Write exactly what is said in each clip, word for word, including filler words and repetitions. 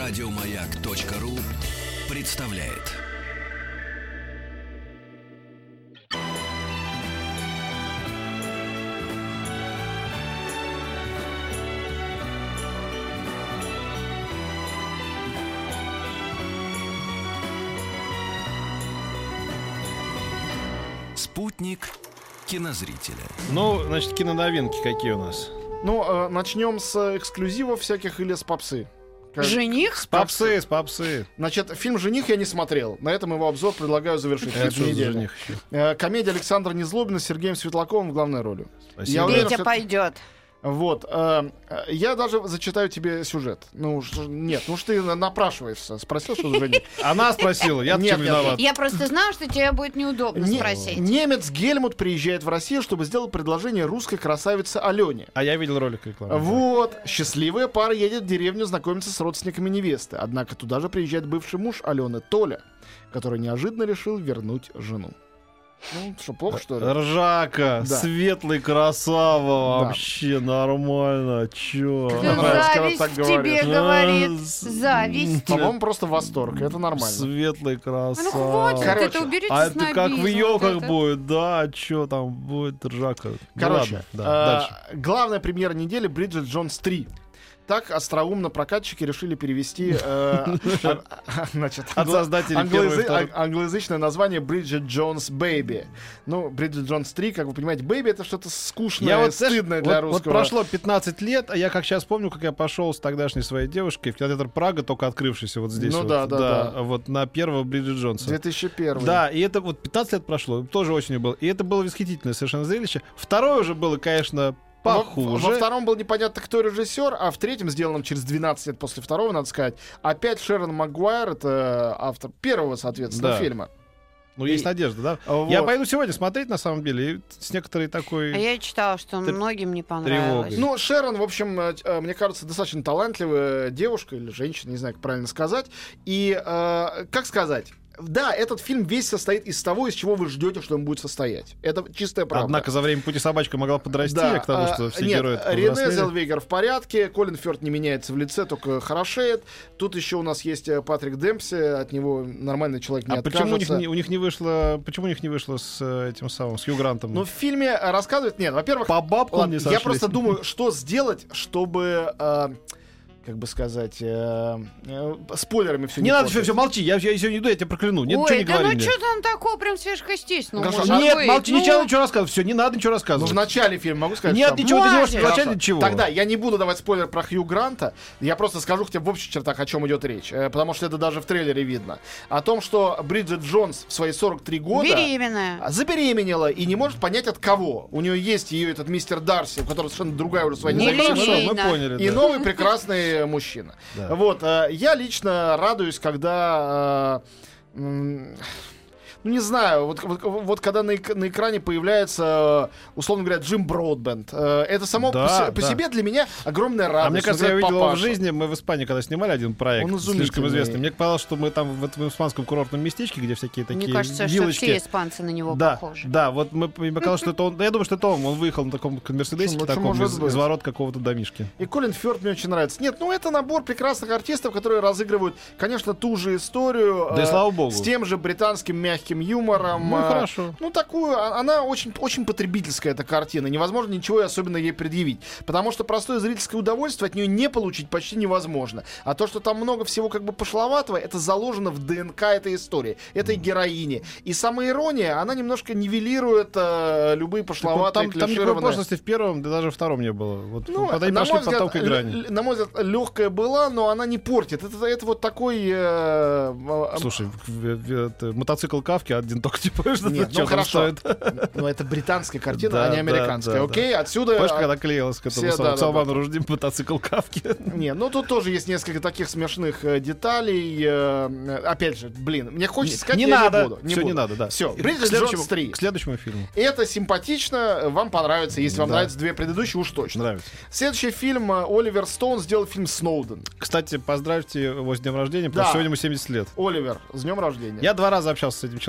Радиомаяк.ру представляет. Спутник кинозрителя. Ну, значит, киноновинки какие у нас? Ну, э, начнем с эксклюзивов всяких или с попсы. Как... Жених? С попсы, с попсы. Значит, фильм «Жених» я не смотрел. На этом его обзор предлагаю завершить. Это что за неделю. «Жених» еще? Э, комедия Александра Незлобина с Сергеем Светлаковым в главной роли. Спасибо. Я уверен, Петя что- пойдет. Вот. э, я даже зачитаю тебе сюжет. Ну, уж- нет, ну уж ты на- напрашиваешься. Спросил, что за «Жених». Она спросила, я Нет, чем нет, виноват? Я просто знала, что тебе будет неудобно Не- спросить. Немец Гельмут приезжает в Россию, чтобы сделать предложение русской красавице Алене. А я видел ролик рекламы. Вот, счастливая пара едет в деревню знакомиться с родственниками невесты. Однако туда же приезжает бывший муж Алены, Толя, который неожиданно решил вернуть жену. Ну, что, плохо, что ли? Ржака, Да. светлый красава, Да. вообще нормально, чё? Мне Да нравится, когда зависть так тебе говоришь. говорит. А, с- Зависть. По-моему, просто восторг, это нормально. Светлый красава. Ну хватит, Короче, это уберите А это как в снобизм, елках вот это. будет, да, чё там будет ржака. Ну Короче, ладно, да, э, дальше. главная премьера недели «Бриджит Джонс три». Так остроумно прокатчики решили перевести э, а- а- значит, От англа- создателей англоязы- первой и второй. ан- англоязычное название «Бриджит Джонс Бэйби». Ну, «Бриджит Джонс три», как вы понимаете, «Бэйби» — это что-то скучное, Я вот, знаешь, стыдное для вот, вот русского. прошло пятнадцать лет, а я как сейчас помню, как я пошел с тогдашней своей девушкой в кинотеатр «Прага», только открывшийся вот здесь. Ну вот, да, да, да. Вот на первого Бриджит Джонса. две тысячи первый. Да, и это вот пятнадцать лет прошло, тоже осенью было. И это было восхитительное совершенно зрелище. Второе уже было, конечно, Во, похуже. во втором был непонятно, кто режиссер, а в третьем, сделанном через двенадцать лет после второго, надо сказать, опять Шерон Магуайр, это автор первого, соответственно, Да. фильма. Ну, есть И- надежда, да? Вот. Я пойду сегодня смотреть, на самом деле, и с некоторой такой... А я читала, что Ты- многим не понравилось. тревогой. Ну, Шерон, в общем, э, э, мне кажется, достаточно талантливая девушка или женщина, не знаю, как правильно сказать. И, э, как сказать... Да, этот фильм весь состоит из того, из чего вы ждете, что он будет состоять. Это чистая правда. Однако за время пути собачка могла подрасти, Да, а к тому, что а, все нет, герои Рене повзрослели. Зелвегер в порядке, Колин Фёрд не меняется в лице, только хорошеет. Тут еще у нас есть э, Патрик Демпси, от него нормальный человек не А почему у них, откажется. не, у них не вышло, почему у них не вышло с э, этим самым, с Хью Грантом? Ну, в фильме э, рассказывают... Нет, во-первых, по бабкам ладно, не я сошлись. просто думаю, что сделать, чтобы... э, как бы сказать, э, э, спойлерами все Не надо, все, все, молчи, я, я сегодня иду, я тебя прокляну. Нет, ничего Ой, не да говори ну мне. что там такого прям сверхъестественного? Хорошо, может Нет, быть? молчи, Ну, ничего, ничего рассказывать. Все, не надо ничего Ну, рассказывать. в начале фильма могу сказать, Нет, что там- ничего, ты не можешь Хватит. в начале Хорошо. ничего. Тогда я не буду давать спойлер про Хью Гранта. Я просто скажу хотя бы в общих чертах, о чем идет речь. Э, Потому что это даже в трейлере видно. О том, что Бриджит Джонс в свои сорок три года Беременная. забеременела и не может понять от кого. У нее есть ее этот мистер Дарси, у которого совершенно другая уже своя Не независимость. линейно. Хорошо, мы поняли. И да. новый прекрасный мужчина. Да. Вот. э, Я лично радуюсь, когда... э, м, Ну, не знаю, вот, вот, вот когда на, эк- на экране появляется, э, условно говоря, Джим Бродбенд, э, это само Да, по, се- по да. себе для меня огромная радость. А мне кажется, Он я играет видел его в папашу. жизни. Мы в Испании, когда снимали один проект, Он слишком изумительный. известный. Мне показалось, что мы там в этом испанском курортном местечке, где всякие такие Мне кажется, что вилочки. все испанцы на него Да, похожи. да, вот мы, мне показалось, что это он. Да, я думаю, что это он. Он выехал на таком мерседесе, Ну, таком, может из, быть. из ворот какого-то домишки. И Колин Фёрд мне очень нравится. Нет, ну это набор прекрасных артистов, которые разыгрывают, конечно, ту же историю. Да и э, слава богу. С тем же британским мягким юмором. Ну, э, хорошо. Ну, такую, а- она очень, очень потребительская, эта картина. Невозможно ничего особенно ей предъявить. Потому что простое зрительское удовольствие от нее не получить почти невозможно. А то, что там много всего как бы пошловатого, это заложено в ДНК этой истории, этой героини. И сама ирония, она немножко нивелирует э, любые Так вот, пошловатые, там, там никакой клишированные... пошлости в первом, да даже в втором не было. Вот, Ну, когда они на пошли мой, по взгляд, тонкой л- грани. л- на мой взгляд, легкая была, но она не портит. Это, это вот такой... э, э, Слушай, в- в- это мотоцикл Кавки один только типа, что Нет, ну чё там хорошо. стоит? ну, это британская картина, Да, а не да, американская. да, Окей, отсюда... Помнишь, когда клеилась к этому все, да, да, Салману да. Ружди мотоцикл Кавки? Не, ну тут тоже есть несколько таких смешных э, деталей. э, э, опять же, блин, мне хочется сказать, Не я надо. не буду. Не Все, не буду. надо, да. Все, И Бриджит к следующему- Джонс три. К следующему фильму. Это симпатично, вам понравится. Если вам Да. нравятся две предыдущие, уж точно. Нравится. Следующий фильм, э, Оливер Стоун сделал фильм «Сноуден». Кстати, поздравьте его с днем рождения, потому Да. что сегодня ему семьдесят лет. Оливер, с днем рождения. Я два раза общался с этим человеком.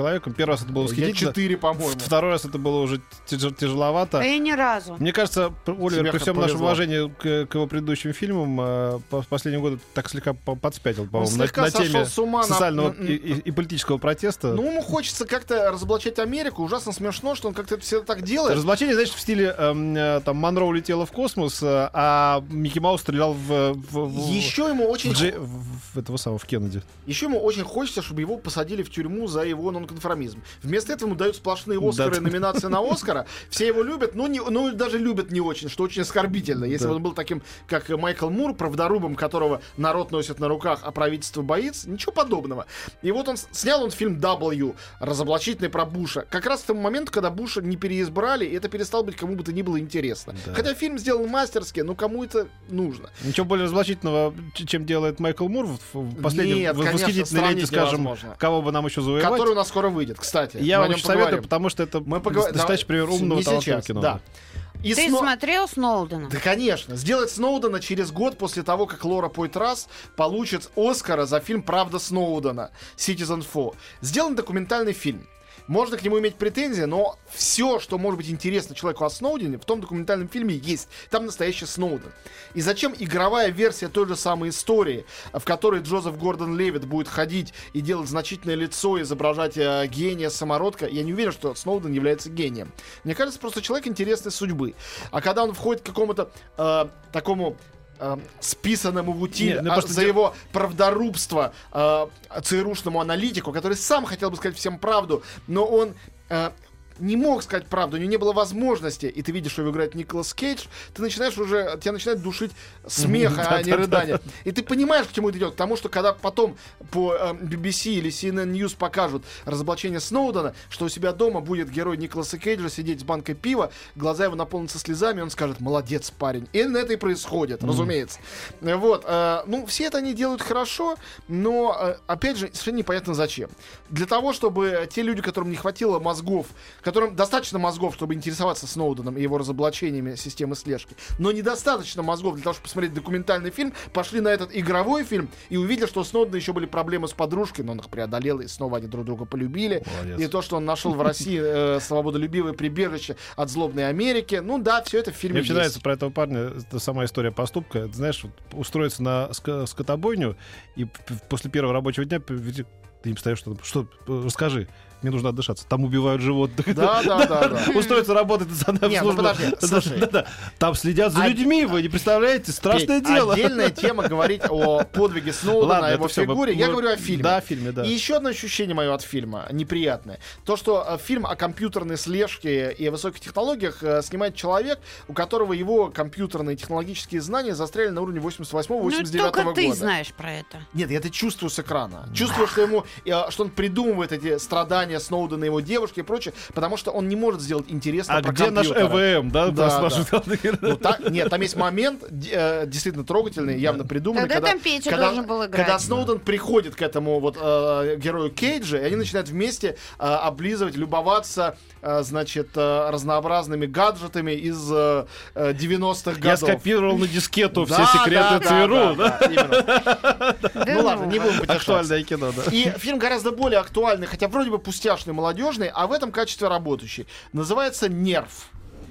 человеком. Первый раз это было Я восхитительно. четыре, по-моему. Второй раз это было уже тяж- тяжеловато. А я ни разу. Мне кажется, Оливер, Тебе при всем повезло. нашем уважении к, к его предыдущим фильмам, э, по- в последние годы так слегка по- подспятил, по-моему, на, слегка на сошел теме с ума на- социального на- и, и- и политического протеста. Ну, ему хочется как-то разоблачать Америку. Ужасно смешно, что он как-то это всегда так делает. Разоблачение, значит, в стиле эм, э, там Монро улетела в космос, э, а Микки Маус стрелял в, в, в- Еще ему очень... в, Джей- в- в этого самого, в Кеннеди. Еще ему очень хочется, чтобы его посадили в тюрьму за его нонконформизм. Вместо этого ему дают сплошные Оскары Да. и номинации на Оскара. Все его любят, но, не, ну, даже любят не очень, что очень оскорбительно. Если Да. бы он был таким, как Майкл Мур, правдорубом, которого народ носит на руках, а правительство боится, ничего подобного. И вот он с- снял он фильм W, разоблачительный про Буша, как раз к тому моменту, когда Буша не переизбрали, и это перестало быть кому бы то ни было интересно. Да. Хотя фильм сделан мастерски, но кому это нужно? Ничего более разоблачительного, ч- чем делает Майкл Мур в, в последнем Нет, в конечно, восхитительной ленте, сравнить скажем, невозможно. кого бы нам еще завоевать. Который у нас скоро выйдет, кстати. Я Мы вам о нем очень советую, поговорим. потому что это Мы поговорим. настоящий пример умного, Не талантливого сейчас, кино. да. И Ты Сно- смотрел Сноудена? Да, конечно. Сделать Сноудена через год после того, как Лора Пойтрас получит Оскара за фильм «Правда Сноудена» Citizen Four. Сделан документальный фильм. Можно к нему иметь претензии, но все, что может быть интересно человеку о Сноудене, в том документальном фильме есть. Там настоящий Сноуден. И зачем игровая версия той же самой истории, в которой Джозеф Гордон-Левитт будет ходить и делать значительное лицо, изображать э, гения, самородка? Я не уверен, что Сноуден является гением. Мне кажется, просто человек интересной судьбы. А когда он входит к какому-то э, такому... э, списанному в утиль Не, ну а, просто за де- его правдорубство э, ЦРУшному аналитику, который сам хотел бы сказать всем правду, но он э, не мог сказать правду, у него не было возможности, и ты видишь, что его играет Николас Кейдж, ты начинаешь уже, тебя начинает душить смех, а не рыдание. И ты понимаешь, к чему это идет, к тому, что когда потом по э, би би си или си эн эн News покажут разоблачение Сноудена, что у себя дома будет герой Николаса Кейджа сидеть с банкой пива, глаза его наполнятся слезами, он скажет: молодец, парень. И на это и происходит, разумеется. Вот, э, ну, все это они делают хорошо, но, э, опять же, совершенно непонятно зачем. Для того, чтобы те люди, которым не хватило мозгов, которым достаточно мозгов, чтобы интересоваться Сноуденом и его разоблачениями системы слежки, но недостаточно мозгов для того, чтобы посмотреть документальный фильм, пошли на этот игровой фильм и увидели, что у Сноудена еще были проблемы с подружкой, но он их преодолел, и снова они друг друга полюбили. Молодец. И то, что он нашел в России э, свободолюбивое прибежище от злобной Америки, ну да, все это в фильме Мне вообще есть. нравится про этого парня, это сама история поступка. Это, знаешь, вот устроиться на ска- скотобойню, и п- п- после первого рабочего дня п- ведь ты им встаешь, что, что э, расскажи, мне нужно отдышаться. Там убивают животных. Да, да, да, да. Устроиться работать национальная Не, ну служба. подожди, слушай. Да-да-да. Там следят за А- людьми, вы не представляете, страшное Петь, дело. Отдельная тема говорить о подвиге Сноудена, Ладно, о его это всё, мы- фигуре. Я мы- говорю о фильме. Да, о фильме, да. И еще одно ощущение мое от фильма, неприятное. То, что э, фильм о компьютерной слежке и о высоких технологиях э, снимает человек, у которого его компьютерные технологические знания застряли на уровне восемьдесят восьмого Ну, восемьдесят девятого только года. ты знаешь про это. Нет, я это чувствую с экрана. Чувствую, что ему, э, что он придумывает эти страдания Сноудена, его девушки и прочее, потому что он не может сделать интересно А про где наш компьютеры. ЭВМ, да? Да, спрашивает главный герой. Ну, так, нет, там есть момент д- э, действительно трогательный, явно придуманный. Тогда там Петя когда, должен был играть. когда Сноуден приходит к этому вот э, герою Кейджа, и они начинают вместе э, облизывать, любоваться, э, значит, э, разнообразными гаджетами из э, э, девяностых Я годов. скопировал на дискету все Да, секреты да, да, ЦРУ, да? да, именно. Да Ну ладно, не будем потешаться. Актуальное кино, да. И фильм гораздо более актуальный, хотя вроде бы пустяшный, молодежный, а в этом качестве работающий. Называется «Нерв».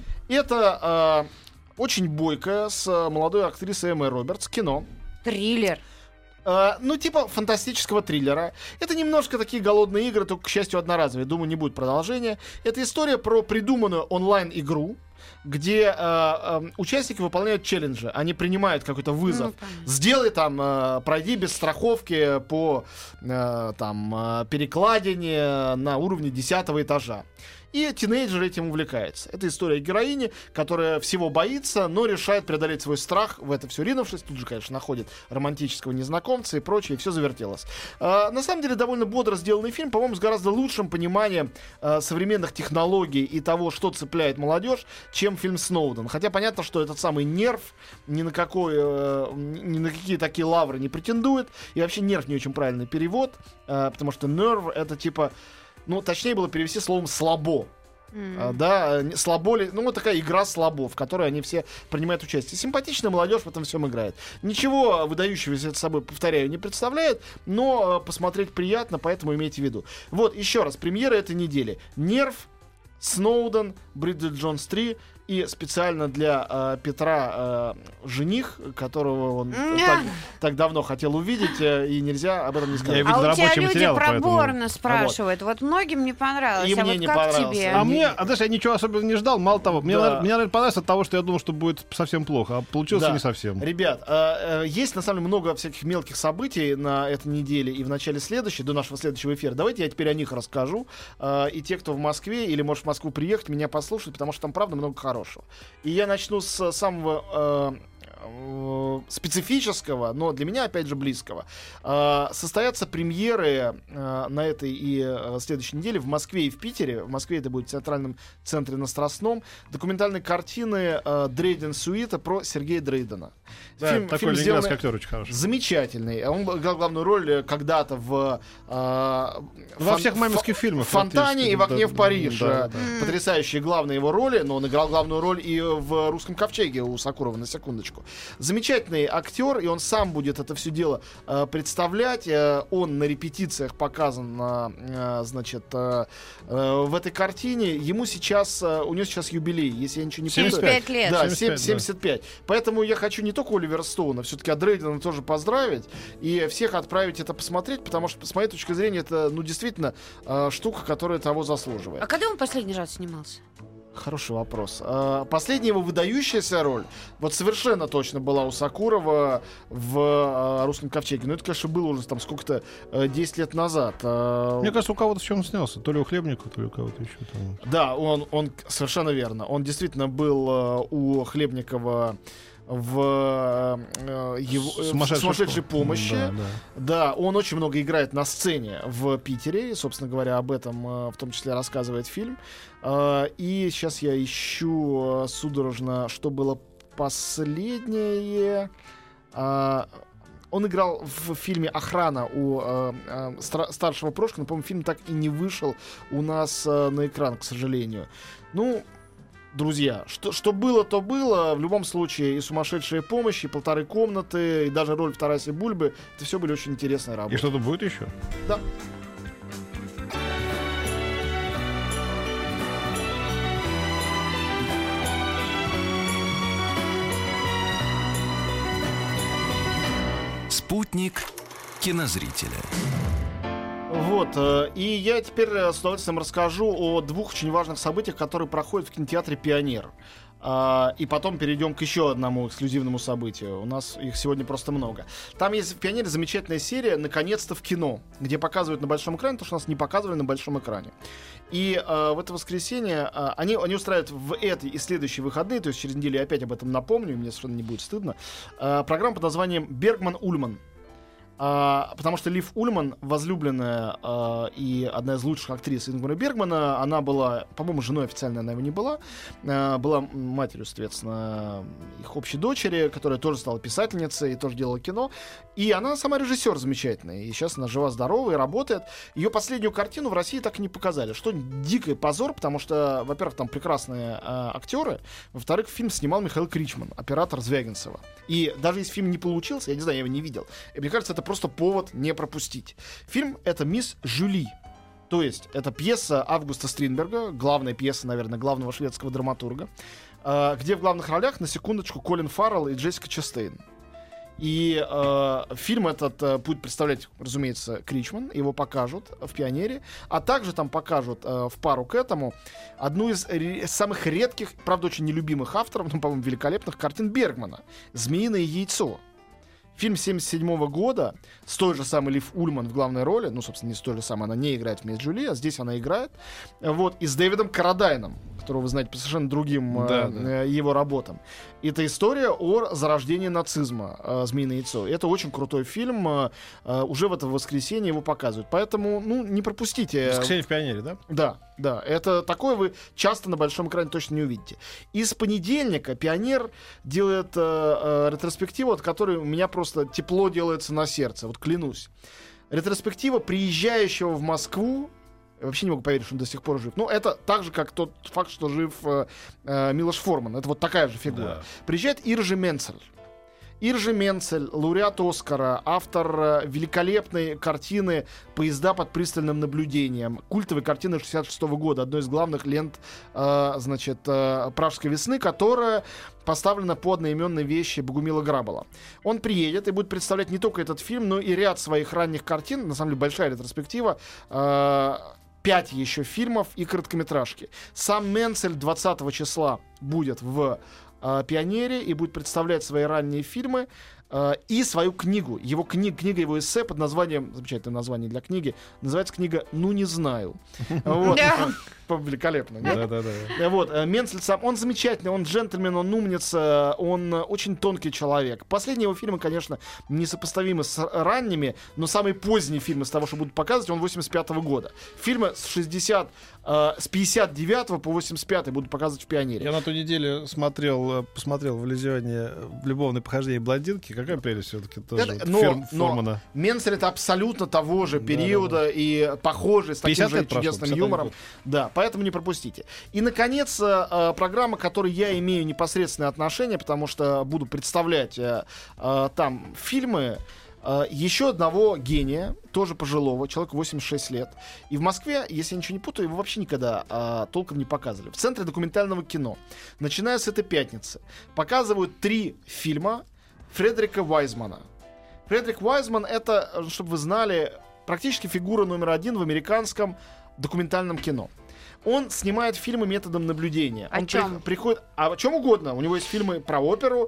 Это э, очень бойкое с э, молодой актрисой Эммой Робертс кино. Триллер. Э, ну, типа фантастического триллера. Это немножко такие голодные игры, только, к счастью, одноразовые. Думаю, не будет продолжения. Это история про придуманную онлайн-игру, где э, э, участники выполняют челленджи. Они принимают какой-то вызов. Ну, понятно. Сделай там, э, пройди без страховки по э, там, э, перекладине на уровне десятого этажа. И тинейджер этим увлекается. Это история героини, которая всего боится, но решает преодолеть свой страх, в это все ринувшись. Тут же, конечно, находит романтического незнакомца и прочее, и все завертелось. Э, на самом деле, довольно бодро сделанный фильм, по-моему, с гораздо лучшим пониманием э, современных технологий и того, что цепляет молодежь, чем фильм «Сноуден». Хотя понятно, что этот самый «Нерв» ни на, какой, э, ни на какие такие лавры не претендует. И вообще «Нерв» не очень правильный перевод, э, потому что «нерв» — это типа... Ну, точнее было перевести словом «слабо». М. А, да, не- слаболи, ну вот такая игра слабо, в которой они все принимают участие. Симпатичная молодежь в этом всем играет. Ничего выдающегося это собой, повторяю, не представляет, но э, посмотреть приятно, поэтому имейте в виду. Вот, еще раз, премьера этой недели. «Нерв», «Сноуден», «Бриджит Джонс три» и специально для э, Петра э, жених, которого он так, так давно хотел увидеть, э, и нельзя об этом не сказать. Я видел А у тебя рабочие люди материалы, про поэтому- Борна спрашивают. Вот многим не понравилось. И а мне вот не как понравился. тебе? А Не- мне, а даже я ничего особенного не ждал. Мало того, мне, Да. наверное, мне, наверное, понравилось от того, что я думал, что будет совсем плохо, а получилось Да. не совсем. Ребят, э, э, есть на самом деле много всяких мелких событий на этой неделе и в начале следующей, до нашего следующего эфира. Давайте я теперь о них расскажу. Э, и те, кто в Москве или может в Москву приехать, меня послушать, потому что там правда много хорошего. И я начну с самого э, э, специфического, но для меня опять же близкого. Э, состоятся премьеры э, на этой и э, следующей неделе в Москве и в Питере. В Москве это будет в Театральном центре на Страстном. Документальные картины э, Дрейден Суита про Сергея Дрейдена. Да, Фильм- такой фильм ленинградский сделанный- актер очень хороший. Замечательный. Он играл главную роль э, когда-то в э, Во фон- всех маминских фо- фильмах. в «Фонтане» практически, и в «Окне да, в Париж». да, Э, да. Потрясающие главные его роли, но он играл главную роль и в «Русском ковчеге» у Сакурова, на секундочку. Замечательный актер, и он сам будет это все дело э, представлять. Э, он на репетициях показан, э, э, значит, э, э, в этой картине. Ему сейчас, э, у него сейчас юбилей, если я ничего не путаю. семьдесят пять. семьдесят пять лет. Да, семьдесят пять, семь- семьдесят пять. Поэтому я хочу не только Оливера Стоуна, все-таки от Дрейдена тоже поздравить и всех отправить это посмотреть, потому что, с моей точки зрения, это, ну, действительно э, штука, которая того заслуживает. А когда он последний раз снимался? Хороший вопрос. Э, Последняя его выдающаяся роль, вот совершенно точно была у Сакурова в э, «Русском ковчеге». Но это, конечно, было уже там сколько-то э, десять лет назад. Э, Мне кажется, у кого-то в чем он снялся. То ли у Хлебникова, то ли у кого-то еще там. Да, он, он совершенно верно. Он действительно был э, у Хлебникова в э, его э, в Сумасшедшей сумасшедшей пом- помощи. Да, да. Да, он очень много играет на сцене в Питере. И, собственно говоря, об этом э, в том числе рассказывает фильм. Э, и сейчас я ищу э, судорожно, что было последнее. Э, Он играл в фильме «Охрана» у э, э, стра- старшего Прошкина. По-моему, фильм так и не вышел у нас э, на экран, к сожалению. Ну, друзья, что, что было, то было. В любом случае, и «Сумасшедшая помощь», и «Полторы комнаты», и даже роль в Тарасе Бульбы. Это все были очень интересные работы. И что-то будет еще? Да. Спутник кинозрителя. Вот, э, и я теперь э, с удовольствием расскажу о двух очень важных событиях, которые проходят в кинотеатре «Пионер». А, и потом перейдем к еще одному эксклюзивному событию. У нас их сегодня просто много. Там есть в «Пионере» замечательная серия «Наконец-то в кино», где показывают на большом экране то, что нас не показывали на большом экране. И э, в это воскресенье э, они, они устраивают в эти и следующие выходные, то есть через неделю я опять об этом напомню, мне совершенно не будет стыдно, э, программу под названием «Бергман-Ульман». А, потому что Лив Ульман, возлюбленная а, и одна из лучших актрис Ингмара Бергмана, она была, по-моему, женой официально она его не была, а, была матерью, соответственно, их общей дочери, которая тоже стала писательницей и тоже делала кино. И она сама режиссер замечательный. И сейчас она жива-здорова и работает. Ее последнюю картину в России так и не показали. Что дикий позор, потому что, во-первых, там прекрасные а, актеры, во-вторых, фильм снимал Михаил Кричман, оператор Звягинцева. И даже если фильм не получился, я не знаю, я его не видел, и мне кажется, это просто повод не пропустить. Фильм — это «Мисс Жюли». То есть это пьеса Августа Стринберга, главная пьеса, наверное, главного шведского драматурга, э, где в главных ролях, на секундочку, Колин Фаррелл и Джессика Честейн. И э, фильм этот э, будет представлять, разумеется, Кричман, его покажут в «Пионере», а также там покажут э, в пару к этому одну из ре- самых редких, правда, очень нелюбимых авторов, но, по-моему, великолепных картин Бергмана «Змеиное яйцо». Фильм семьдесят седьмого года с той же самой Лив Ульман в главной роли. Ну, собственно, не с той же самой, она не играет в «Мисс Жюли», а здесь она играет. Вот, и с Дэвидом Каррадайном, которого вы знаете по совершенно другим Да, э, да. э, его работам. Это история о зарождении нацизма, э, «Змеиное яйцо». Это очень крутой фильм. э, э, уже в это воскресенье его показывают. Поэтому, ну, не пропустите. «Воскресенье в Пионере», да? Да, да, это такое вы часто на большом экране точно не увидите. И с понедельника «Пионер» делает э, э, ретроспективу, от которой у меня просто тепло делается на сердце, вот клянусь. Ретроспектива приезжающего в Москву Я вообще не могу поверить, что он до сих пор жив. Ну, это так же, как тот факт, что жив э, э, Милош Форман. Это вот такая же фигура. Да. Приезжает Иржи Менцель. Иржи Менцель, лауреат Оскара, автор э, великолепной картины «Поезда под пристальным наблюдением», культовой картины шестьдесят шестого года, одной из главных лент э, значит, э, «Пражской весны», которая поставлена по одноименной вещи Богумила Грабола. Он приедет и будет представлять не только этот фильм, но и ряд своих ранних картин, на самом деле большая ретроспектива, э, пять еще фильмов и короткометражки. Сам Менцель двадцатого числа будет в Пионере и будет представлять свои ранние фильмы э, и свою книгу. Его кни- книга, его эссе под названием, замечательное название для книги, называется книга «Ну, не знаю». Вот. Великолепно. Да, да, да. Вот, Менцель сам, он замечательный, он джентльмен, он умница, он очень тонкий человек. Последние его фильмы, конечно, несопоставимы с ранними, но самый поздний фильм из того, что будут показывать, он восемьдесят пятого года. Фильмы с шестьдесят, э, с пятьдесят девятого по восемьдесят пятый будут показывать в Пионере. Я на ту неделю смотрел, посмотрел в Иллюзионе «Любовное похождение блондинки». Какая прелесть все-таки тоже. Это, вот, но, Ферм, но Формана. Менцель это абсолютно того же периода, да, да, да. и похожий, с таким же чудесным юмором. Год. Да, поэтому не пропустите. И, наконец, э, программа, к которой я имею непосредственное отношение, потому что буду представлять э, э, там фильмы э, еще одного гения, тоже пожилого, человеку восемьдесят шесть лет. И в Москве, если я ничего не путаю, его вообще никогда э, толком не показывали. В Центре документального кино, начиная с этой пятницы, показывают три фильма Фредерика Вайзмана. Фредерик Вайзман — это, чтобы вы знали, практически фигура номер один в американском документальном кино. Он снимает фильмы методом наблюдения. О Он чем? при, приходит, а о чем угодно. У него есть фильмы про оперу,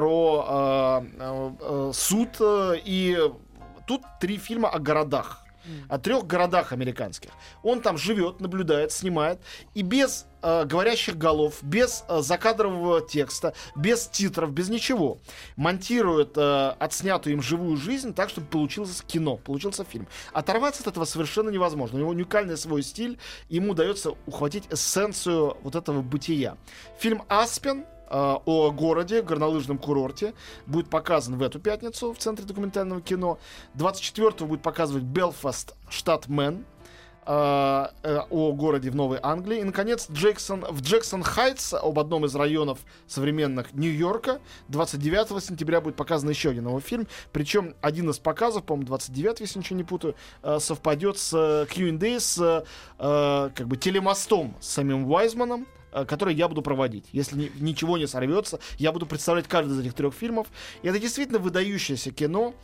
про э, э, э, суд, э, и тут три фильма о городах. О трех городах американских. Он там живет, наблюдает, снимает, и без э, говорящих голов, без э, закадрового текста, без титров, без ничего монтирует э, отснятую им живую жизнь так, чтобы получилось кино, получился фильм. Оторваться от этого совершенно невозможно. У него уникальный свой стиль, ему удается ухватить эссенцию вот этого бытия. Фильм «Аспен» о городе, горнолыжном курорте, будет показан в эту пятницу в Центре документального кино. двадцать четвёртого будет показывать «Белфаст, штат Мэн», о городе в Новой Англии. И, наконец, Джексон, в Джексон-Хайтс, об одном из районов современных Нью-Йорка, двадцать девятого сентября будет показан еще один его фильм. Причем один из показов, по-моему, двадцать девятого, если ничего не путаю, совпадет с кью энд эй, с как бы телемостом с самим Вайзманом, который я буду проводить. Если ни, ничего не сорвется, я буду представлять каждый из этих трех фильмов. И это действительно выдающееся кино.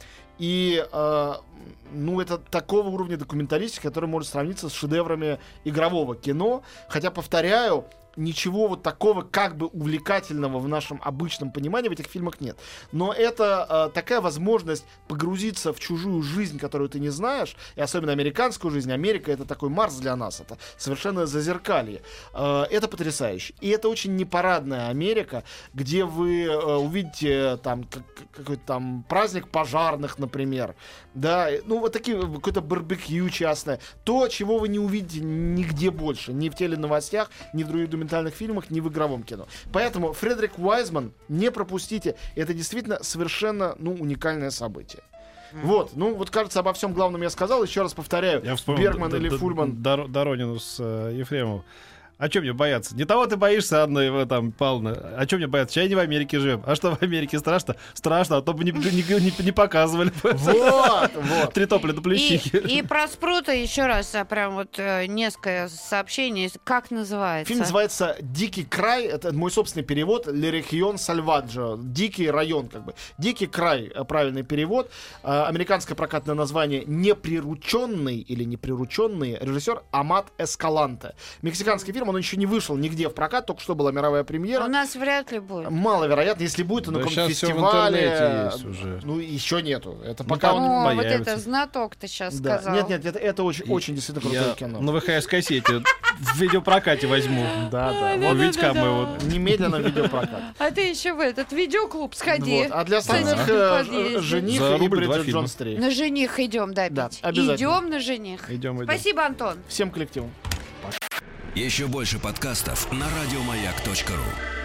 И э, ну, это такого уровня документалистики, который может сравниться с шедеврами игрового кино. Хотя, повторяю, ничего вот такого как бы увлекательного в нашем обычном понимании в этих фильмах нет. Но это э, такая возможность погрузиться в чужую жизнь, которую ты не знаешь, и особенно американскую жизнь. Америка — это такой Марс для нас, это совершенно зазеркалье. Э, это потрясающе. И это очень непарадная Америка, где вы э, увидите там как, какой-то там праздник пожарных, например, да, ну вот такие, какое-то барбекю частное. То, чего вы не увидите нигде больше, ни в теленовостях, ни в других документальных фильмах, ни в игровом кино. Поэтому Фредерик Вайзман, не пропустите. Это действительно совершенно, ну, уникальное событие. Mm-hmm. Вот, ну, вот, кажется, обо всем главном я сказал. Еще раз повторяю, я вспомнил, Бергман д- или д- Фульман. Дор- Доронину с э, Ефремовым. А чем мне бояться? Не того ты боишься, Анна его там, Павловна. А чем мне бояться? Сейчас не в Америке живем. А что в Америке страшно? Страшно, а то бы не, не, не, не показывали. Вот, вот. Три топля до плечики. И, и про Спрута еще раз, а прям вот э, несколько сообщений. Как называется? Фильм называется «Дикий край». Это мой собственный перевод. «Le Region Salvaggio». Дикий район, как бы. «Дикий край» — правильный перевод. Э, американское прокатное название «Неприрученный» или «Неприрученный». Режиссер Амат Эскаланте. Мексиканский фильм, он еще не вышел нигде в прокат, только что была мировая премьера. У нас вряд ли будет. Маловероятно, если будет, то да на каком-то сейчас фестивале. Всё в интернете есть уже. Ну, еще нету. Это Ну, пока... там О, вот появится. это знаток ты сейчас Да. сказал. Нет, нет, это, это очень, И очень действительно крутое Я кино. на вэ ха эс-кассете в видеопрокате возьму. Да, да. Вот Витька мы вот. Немедленно видеопрокат. А ты еще в этот видеоклуб сходи. Вот. А для Кстати, остальных в э, подъезде. жених За и рубль два Бриджит фильма. Джонс три. На жених идем, да, Да, Петь? обязательно. Идем на жених. Идем, идем. Спасибо, Антон. Всем коллективам. Еще больше подкастов на радиомаяк точка ру.